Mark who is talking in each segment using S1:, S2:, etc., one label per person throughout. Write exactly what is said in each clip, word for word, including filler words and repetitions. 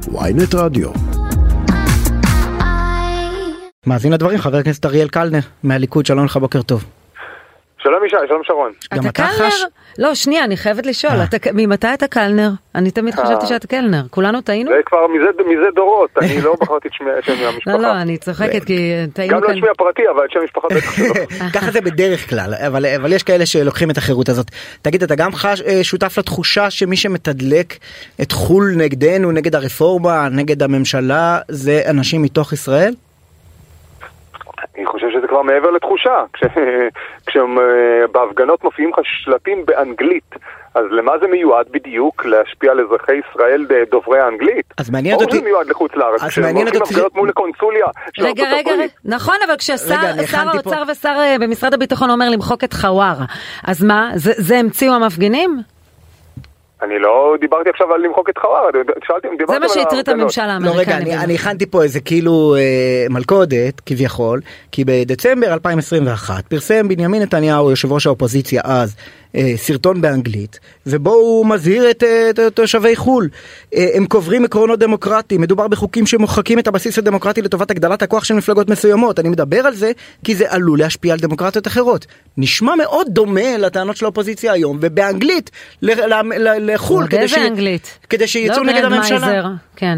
S1: וויינט רדיו.
S2: מאזין לדברים, חבר הכנסת אריאל קלנר מהליכוד, שלום לך, בוקר טוב.
S3: שלום ישי, שלום שרון.
S2: גם אתה חש?
S4: לא, שנייה, אני חייבת לשאול, ממתי אתה קלנר? אני תמיד חשבתי שאתה קלנר, כולנו טעינו?
S3: זה כבר מזה דורות, אני לא בחרתי את שם המשפחה.
S4: לא, לא, אני צוחקת כי טעינו כאן.
S3: גם לא את שמי הפרטי, אבל את שם המשפחה בטח שלא.
S2: ככה זה בדרך כלל, אבל יש כאלה שלוקחים את החירות הזאת. תגיד, אתה גם שותף לתחושה שמי שמתדלק את חול נגדנו, נגד הרפורמה, נגד הממשלה, זה אנשים מתוך ישראל?
S3: אני חושב שזה כבר מעבר לתחושה. כשבהפגנות מופיעים לך שלטים באנגלית, אז למה זה מיועד בדיוק? להשפיע על אזרחי ישראל דוברי האנגלית?
S2: אז מעניין אותי...
S3: או זה מיועד לחוץ לארץ? כשמופיעים הפגנות מול הקונסוליה של ארצות
S4: הברית? רגע, רגע, נכון, אבל כששר האוצר ושר במשרד הביטחון אומר למחוק את חווארה, אז מה? זה המציאו המפגינים?
S3: אני לא דיברתי עכשיו על למחוק את חווארה,
S4: זה מה שהטריד את הממשל האמריקני.
S2: לא, רגע, אני, אני הכנתי פה איזה כאילו אה, מלכודת, כביכול, כי בדצמבר אלפיים עשרים ואחת פרסם בנימין נתניהו, יושב ראש האופוזיציה אז, אה, סרטון באנגלית, ובו הוא מזהיר את, את, את תושבי חול. אה, הם קוברים עקרונות דמוקרטיים, מדובר בחוקים שמוחקים את הבסיס הדמוקרטי לטובת הגדלת הכוח של מפלגות מסוימות. אני מדבר על זה כי זה עלול להשפיע על דמוקרטיות אחרות. נשמע מאוד דומה לטענות של האופוזיציה היום, ובאנגלית ל, ל, ל, לחול, כדי, ש... כדי שיצאו נגד הממשלה.
S4: כן.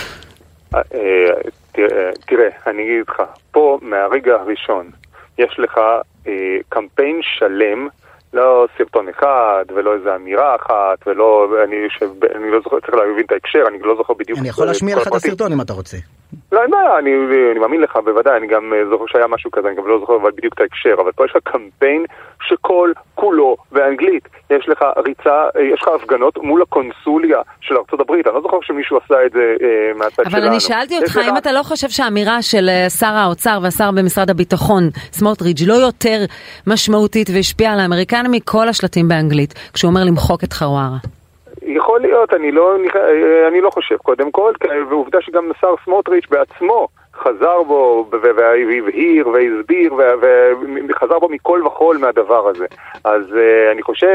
S3: תראה, אני אגיד לך, פה מהרגע הראשון יש לך קמפיין שלם, לא סרטון אחד, ולא איזו אמירה אחת, ולא, אני, אני לא זוכר, צריך להבין את ההקשר, אני לא זוכר בדיוק.
S2: אני יכול להשמיע לך את הסרטון אם אתה רוצה.
S3: לא, לא, אני, אני מאמין לך, בוודאי, אני גם זוכר שהיה משהו כזה, אני גם לא זוכר אבל בדיוק את ההקשר, אבל פה יש לך קמפיין שכל כולו באנגלית. יש לך ריצה, יש לך הפגנות מול הקונסוליה של ארצות הברית. אני לא זוכר שמישהו עשה את זה אה, מהצד שלנו.
S4: אבל אני שאלתי אותך, אם אתה לא חושב שהאמירה של שר האוצר והשר במשרד הביטחון, סמוטריץ', לא יותר משמעותית והשפיעה על האמריקאים מכל השלטים באנגלית, כשהוא אומר למחוק את חווארה.
S3: יכול להיות, אני לא, אני לא חושב. קודם כל, ועובדה שגם שר סמוטריץ' בעצמו חזר בו והבהיר והסביר וחזר בו מכל וכל מהדבר הזה. אז אני חושב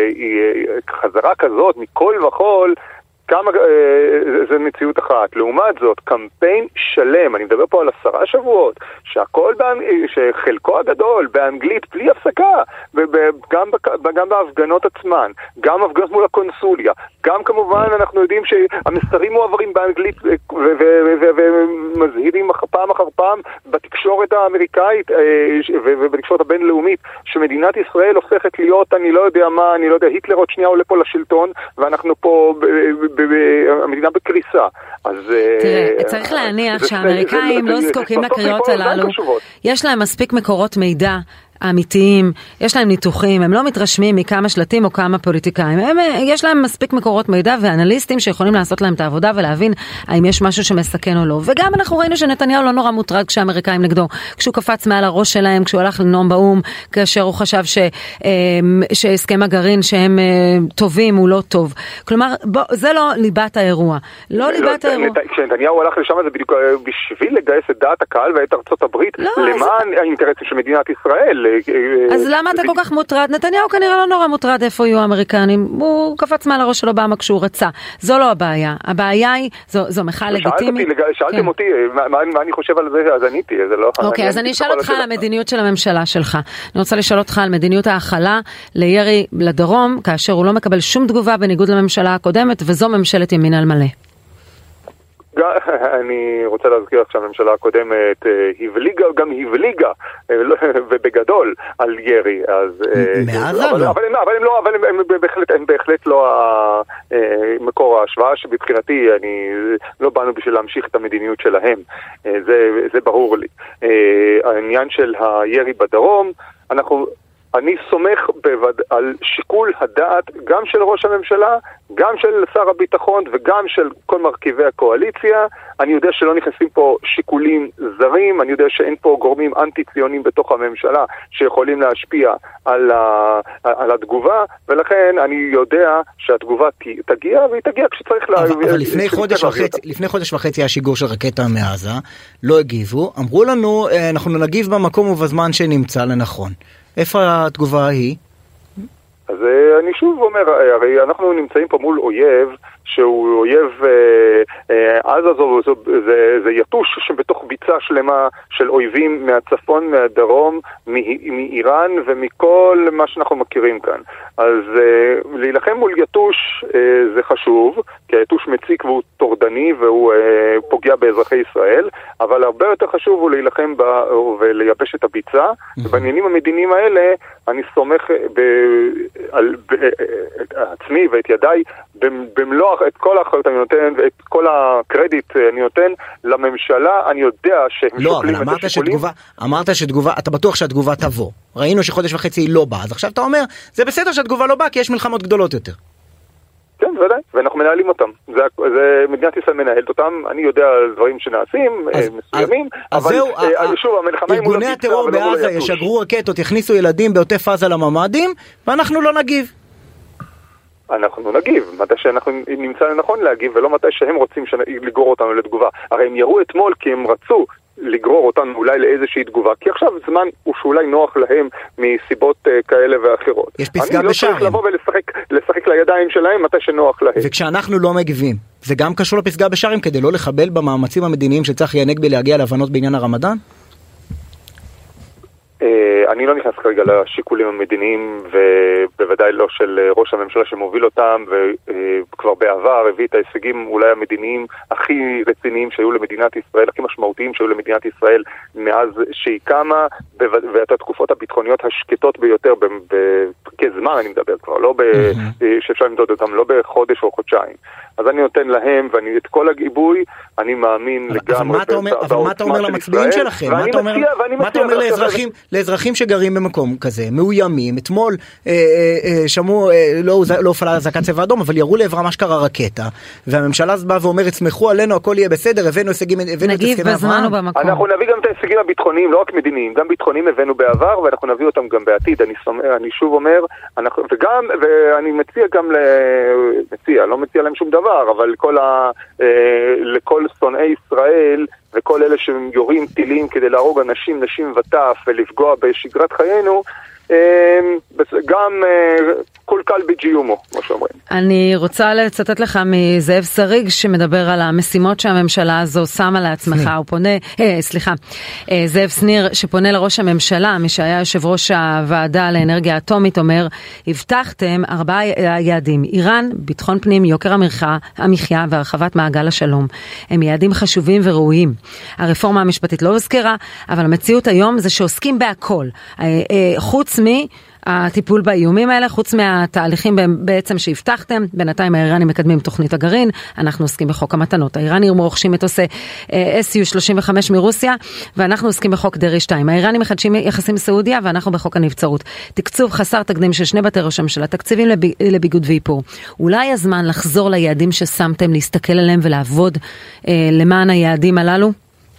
S3: שחזרה כזאת מכל וכל כמה, זה מציאות אחת. לעומת זאת, קמפיין שלם, אני מדבר פה על עשרה שבועות, שהכל, שחלקו הגדול באנגלית בלי הפסקה, וגם, גם בהפגנות עצמן, גם הפגנות מול הקונסוליה, גם כמובן אנחנו יודעים שהמסרים מועברים באנגלית ומזהירים פעם אחר פעם בתקשורת האמריקאית ובתקשורת הבינלאומית, שמדינת ישראל הופכת להיות, אני לא יודע מה, אני לא יודע, היטלר עוד שנייה עולה פה לשלטון, ואנחנו פה המדינה בקריסה. אז
S4: תראה, צריך להניח שהאמריקאים לא זקוקים לקריאות הללו. יש להם מספיק מקורות מידע אמיתיים, יש להם ניתוחים, הם לא מתרשמים מכמה שלטים או כמה פוליטיקאים. הם, יש להם מספיק מקורות מידע ואנליסטים שיכולים לעשות להם את העבודה ולהבין האם יש משהו שמסכן או לא. וגם אנחנו ראינו שנתניהו לא נורא מוטרד כשהאמריקאים נגדו, כשהוא קפץ מעל הראש שלהם, כשהוא הלך לנאום באום, כאשר הוא חשב ש, שהסכם הגרעין שהם טובים הוא לא טוב. כלומר, בוא, זה לא ליבת האירוע. לא ליבת האירוע.
S3: כשנתניהו הלך לשם זה בדיוק בשביל לגייס את דעת הקהל ואת ארצות הברית למען האינטרסים של מדינת ישראל.
S4: אז למה אתה כל כך מוטרד? נתניהו כנראה לא נורא מוטרד איפה יהיו האמריקנים. הוא קפץ מעל הראש של אובמה כשהוא רצה. זו לא הבעיה. הבעיה היא, זו מחאה לגיטימית.
S3: שאלתם אותי, מה אני חושב על זה, אז עניתי.
S4: אוקיי, אז אני אשאל אותך על המדיניות של הממשלה שלך. אני רוצה לשאול אותך על מדיניות ההכלה לירי לדרום, כאשר הוא לא מקבל שום תגובה בניגוד לממשלה הקודמת, וזו ממשלת ימין על מלא.
S3: אני רוצה להזכיר שהממשלה הקודמת הבליגה, גם הבליגה, ובגדול, על ירי.
S2: מעזה לא.
S3: אבל הם לא, אבל הם בהחלט לא מקור ההשוואה, שבבחינתי אני לא באנו בשביל להמשיך את המדיניות שלהם. זה ברור לי. העניין של הירי בדרום, אנחנו... אני סומך בווד... על שיקול הדעת גם של ראש הממשלה, גם של שר הביטחון וגם של כל מרכיבי הקואליציה. אני יודע שלא נכנסים פה שיקולים זרים, אני יודע שאין פה גורמים אנטי-ציונים בתוך הממשלה שיכולים להשפיע על, ה... על התגובה, ולכן אני יודע שהתגובה תגיע, והיא תגיע כשצריך
S2: לה... אבל, אבל לפני, חודש וחצי, לפני חודש וחצי היה שיגור של רקטה מעזה, לא הגיבו, אמרו לנו, אנחנו נגיב במקום ובזמן שנמצא לנכון. איפה התגובה היא?
S3: אז אני שוב אומר, הרי אנחנו נמצאים פה מול אויב שהוא אויב עזה, זה, זה, זה יתוש שבתוך ביצה שלמה של אויבים מהצפון, מהדרום, מאיראן ומכל מה שאנחנו מכירים כאן. אז להילחם מול יתוש זה חשוב, כי היתוש מציק והוא טורדני והוא פוגע באזרחי ישראל, אבל הרבה יותר חשוב הוא להילחם בה ולייבש את הביצה, ובעניינים המדיניים האלה אני סומך ב, על ב, את עצמי ואת ידיי במלוא, את כל האחריות אני נותן ואת כל הקרדיט אני נותן לממשלה. אני יודע שהם
S2: לא,
S3: שוקלים
S2: אבל
S3: את
S2: אמרת
S3: השיקולים.
S2: שתגובה, אמרת שתגובה, אתה בטוח שהתגובה תבוא. ראינו שחודש וחצי היא לא באה, אז עכשיו אתה אומר, זה בסדר שהתגובה לא באה כי יש מלחמות גדולות יותר.
S3: כן, ודאי, ואנחנו מנהלים אותם. זה, זה מדינת ישראל מנהלת אותם, אני יודע על דברים שנעשים, אז, מסוימים,
S2: אז,
S3: אבל
S2: אז
S3: זהו, שוב, המלחמה היא מול
S2: ארגוני הטרור בעזה ישגרו רקטות, יכניסו ילדים בעוטף עזה לממ"דים, ואנחנו לא נגיב.
S3: אנחנו נגיב, מתי שאנחנו נמצא לנכון להגיב, ולא מתי שהם רוצים לגרור אותנו לתגובה. הרי הם יראו אתמול כי הם רצו לגרור אותנו אולי לאיזושהי תגובה, כי עכשיו זמן הוא שאולי נוח להם מסיבות uh, כאלה ואחרות.
S2: יש פסגה
S3: אני
S2: בשערים.
S3: לא צריך לבוא ולשחק לשחק לידיים שלהם מתי שנוח להם.
S2: וכשאנחנו לא מגיבים, זה גם קשור לפסגה בשערים כדי לא לחבל במאמצים המדיניים של צחי הנגבי להגיע להבנות בעניין הרמדאן?
S3: אני לא נכנס כרגע לשיקולים המדיניים, ובוודאי לא של ראש הממשלה שמוביל אותם, וכבר בעבר הביא את ההישגים אולי המדיניים הכי רציניים שהיו למדינת ישראל, הכי משמעותיים שהיו למדינת ישראל מאז שהיא קמה, ואת התקופות הביטחוניות השקטות ביותר, כזמן אני מדבר כבר, לא שאפשר למדוד אותם, לא בחודש או חודשיים. אז אני נותן להם, ואני את כל הגיבוי, אני מאמין לגמרי.
S2: אבל מה אתה אומר למצביעים שלכם? מה אתה אומר לאזרחים שגרים במקום כזה, מאוימים? אתמול שמעו, לא הופעלה אזעקת צבע אדום, אבל ירו לעברם אשכרה רקטה, והממשלה באה ואומרת, סמכו עלינו, הכל יהיה בסדר, הבאנו הישגים, הבאנו את הסכמי אברהם.
S3: אנחנו נביא גם את ההישגים הביטחוניים, לא רק מדיניים, גם ביטחוניים הבאנו בעבר, ואנחנו נביא אותם גם בעתיד. אני שוב אומר, וגם, ואני מציע גם, מציע, לא מציע להם שום דבר, אבל כל ה, לכל שונאי ישראל וכל אלה שיורים טילים כדי להרוג אנשים, נשים וטף ולפגוע בשגרת חיינו, גם כל קל בג'יומו, כמו שאומרים.
S4: אני רוצה לצטט לך מזאב שריג שמדבר על המשימות שהממשלה הזו שמה לעצמך. הוא פונה, אה, סליחה, אה, זאב שניר שפונה לראש הממשלה, מי שהיה יושב ראש הוועדה לאנרגיה אטומית, אומר, הבטחתם ארבעה יעדים, איראן, ביטחון פנים, יוקר המחיה, המחיה והרחבת מעגל השלום. הם יעדים חשובים וראויים. הרפורמה המשפטית לא הוזכרה, אבל המציאות היום זה שעוסקים בהכל. אה, אה, חוץ מי הטיפול באיומים האלה, חוץ מהתהליכים בעצם שהבטחתם. בינתיים האיראנים מקדמים תוכנית הגרעין, אנחנו עוסקים בחוק המתנות. האיראנים רוכשים מטוסי אס יו שלושים וחמש מרוסיה, ואנחנו עוסקים בחוק דרעי שתיים. האיראנים מחדשים יחסים סעודיה, ואנחנו בחוק הנבצרות. תקצוב חסר תקדים של שני בתי ראש הממשלה, תקציבים לביגוד ואיפור. אולי הזמן לחזור ליעדים ששמתם, להסתכל עליהם ולעבוד אה, למען היעדים הללו?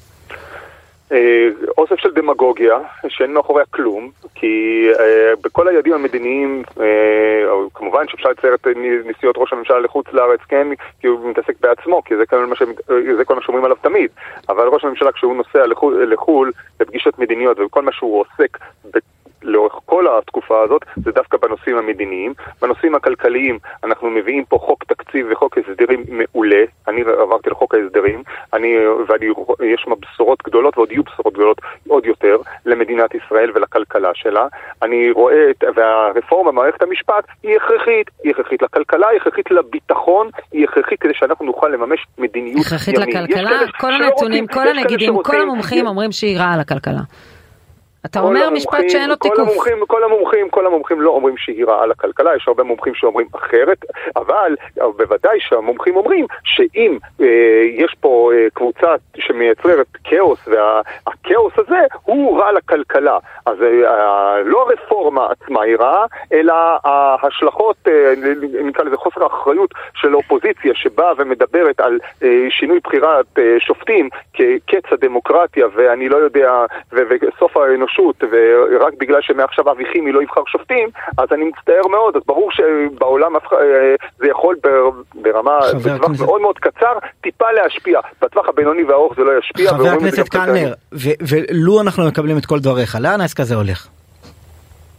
S3: אוסף של דמגוגיה שאין מאחוריה כלום, כי בכל היעדים המדיניים כמובן שאפשר לצייר את נסיעות ראש הממשלה לחוץ לארץ, כן, כי הוא מתעסק בעצמו, כי זה כל מה, זה כל מה שאומרים עליו תמיד, אבל ראש הממשלה כשהוא נוסע לחול, לחול בפגישות מדיניות וכל מה שהוא עוסק לאורך כל התקופה הזאת, זה דווקא בנושאים המדיניים. בנושאים הכלכליים אנחנו מביאים פה חוק תקציב וחוק הסדרים מעולה. אני עברתי לחוק ההסדרים, אני, ואני, יש בשורות גדולות ועוד יהיו בשורות גדולות עוד יותר למדינת ישראל ולכלכלה שלה. אני רואה, והרפורמה במערכת המשפט היא הכרחית, היא הכרחית לכלכלה, היא הכרחית לביטחון, היא הכרחית כדי שאנחנו נוכל לממש מדיניות ימין.
S4: הכרחית לכלכלה, כל הנתונים, כל הנגידים, כל המומחים אומרים שהיא רעה לכלכלה. אתה אומר משפט שאין לו תיקוף.
S3: כל המומחים, כל המומחים, כל המומחים לא אומרים שהיא רעה לכלכלה, יש הרבה מומחים שאומרים אחרת, אבל בוודאי שהמומחים אומרים שאם אה, יש פה אה, קבוצה שמייצרת כאוס, והכאוס הזה הוא רע לכלכלה. אז אה, לא הרפורמה עצמה היא רעה, אלא ההשלכות, אה, נקרא לזה חוסר האחריות של האופוזיציה, שבאה ומדברת על אה, שינוי בחירת אה, שופטים כקץ הדמוקרטיה, ואני לא יודע, ו- וסוף האנושות, ורק בגלל שמעכשיו אביכימי לא יבחר שופטים, אז אני מצטער מאוד. אז ברור שבעולם זה יכול ברמה, בטווח מאוד מאוד קצר, טיפה להשפיע. בטווח הבינוני והארוך זה לא ישפיע.
S2: חבר הכנסת קלנר, ולו אנחנו מקבלים את כל דבריך, לאן העסק הזה הולך?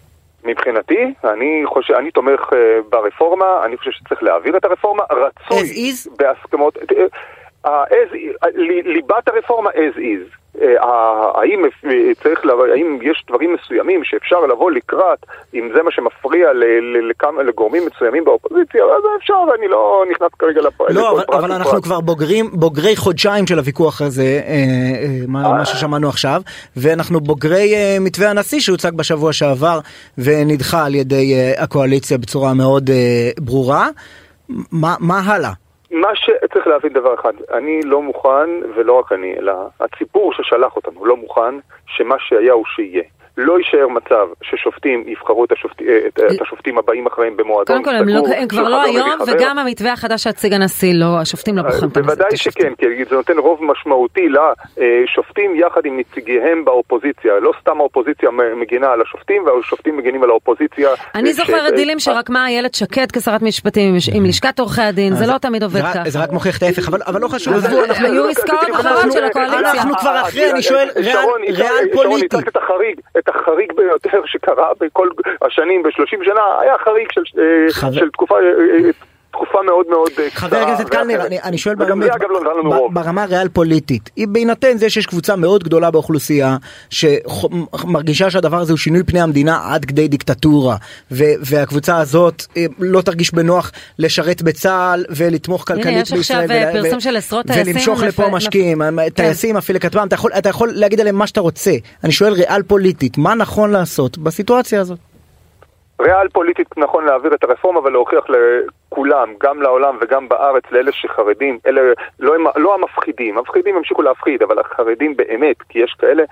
S3: מבחינתי, אני חושב, אני תומך uh, ברפורמה, אני חושב שצריך להעביר את הרפורמה, רצוי בהסכמות, uh, as, ליבת הרפורמה as is. האם צריך, האם יש דברים מסוימים שאפשר לבוא לקראת, אם זה מה שמפריע לגורמים מסוימים באופוזיציה, אז אפשר, אני לא נכנס כרגע לפה.
S2: לא, אבל אנחנו כבר בוגרים, בוגרי חודשיים של הוויכוח הזה, מה ששמענו עכשיו, ואנחנו בוגרי מתווה הנשיא שהוצג בשבוע שעבר ונדחה על ידי הקואליציה בצורה מאוד ברורה. מה הלאה?
S3: מה שצריך להבין דבר אחד, אני לא מוכן, ולא רק אני, אלא הציבור ששלח אותנו לא מוכן שמה שהיה הוא שיהיה. לא יישאר מצב ששופטים יבחרו את, השופט, את, את השופטים הבאים אחריהם במועדון.
S4: קודם כל, הם, לא, הם כבר לא היום, וגם המתווה החדש שהציג הנשיא, לא, השופטים לא בוחרים את
S3: השופטים. בוודאי שכן, כי זה נותן רוב משמעותי לשופטים יחד עם נציגיהם באופוזיציה. לא סתם האופוזיציה מגינה על השופטים, והשופטים מגינים על האופוזיציה.
S4: אני זוכרת דילים שרקמה איילת שקד כשרת משפטים עם לשכת עורכי הדין, זה לא תמיד עובד ככה.
S2: זה רק מוכיח את ההפך, אבל לא חשוב.
S4: היו עסקאות אחרות של הקואליציה.
S2: אנחנו כבר אחרי, אני שואל, ריאל פוליטי.
S3: את החריג ביותר שקרה בכל השנים, ב-שלושים שנה, היה חריג של, חבר... של תקופה, תקופה מאוד מאוד
S2: חבר הכנסת קלנר, אני, אני שואל ברמה, לא ברמה ריאל פוליטית, בהינתן זה שיש קבוצה מאוד גדולה באוכלוסייה, שמרגישה שהדבר הזה הוא שינוי פני המדינה עד כדי דיקטטורה, ו- והקבוצה הזאת לא תרגיש בנוח לשרת בצהל, ולתמוך כלכלית בישראל, ולמשוך לפה משקיעים, טייסים אפילו לכתבם, אתה יכול, אתה יכול להגיד עליהם מה שאתה רוצה. אני שואל ריאל פוליטית, מה נכון לעשות בסיטואציה הזאת?
S3: ריאל פוליטית נכון להעביר את הרפורמה ולהוכיח לכולם, גם לעולם וגם בארץ, לאלה שחרדים, אלה לא, לא המפחידים, המפחידים המשיכו להפחיד, אבל החרדים באמת, כי יש כאלה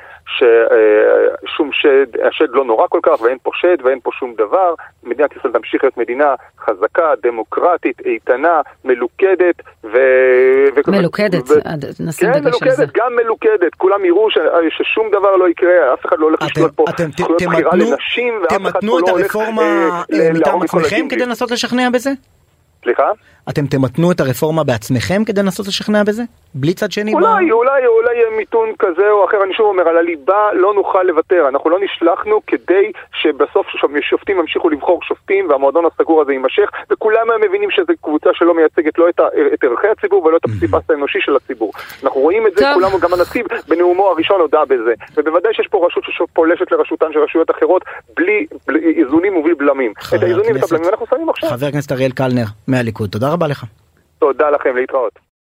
S3: ששום שד, השד לא נורא כל כך, ואין פה שד ואין פה שום דבר. מדינת ישראל תמשיך להיות מדינה חזקה, דמוקרטית, איתנה, מלוכדת, ו...
S4: מלוכדת,
S3: ו...
S4: נשים
S3: כן,
S4: דגש
S3: מלוכדת,
S4: על זה.
S3: גם מלוכדת, כולם יראו ש... ששום דבר לא יקרה, אף אחד לא הולך לשלוט פה זכויות בחירה לנשים, ואף אחד פה לא הולך...
S2: תמתנו את הרפורמה מטעם עצמכם כדי לנסות לשכנע בזה?
S3: סליחה?
S2: אתם תמתנו את הרפורמה בעצמכם כדי לנסות לשכנע בזה? בלי צד שני?
S3: אולי, ב... אולי, אולי יהיה מיתון כזה או אחר. אני שוב אומר, על הליבה לא נוכל לוותר. אנחנו לא נשלחנו כדי שבסוף שופטים ימשיכו לבחור שופטים, והמועדון הסגור הזה יימשך, וכולם מבינים שזו קבוצה שלא מייצגת לא את, ה... את ערכי הציבור ולא את הפסיפס האנושי של הציבור. אנחנו רואים את זה, כולם, גם הנציב בנאומו הראשון הודע בזה. ובוודאי שיש פה רשות שפולשת לרשותן של רשויות אחרות, בלי, בלי איזונים ובלי בלמים. את האיזונים ואת הבלמים אנחנו שמים עכשיו.
S2: חבר הכנסת אריאל קלנר מהליכוד, תודה רבה לך.
S3: תודה לכם, להתראות.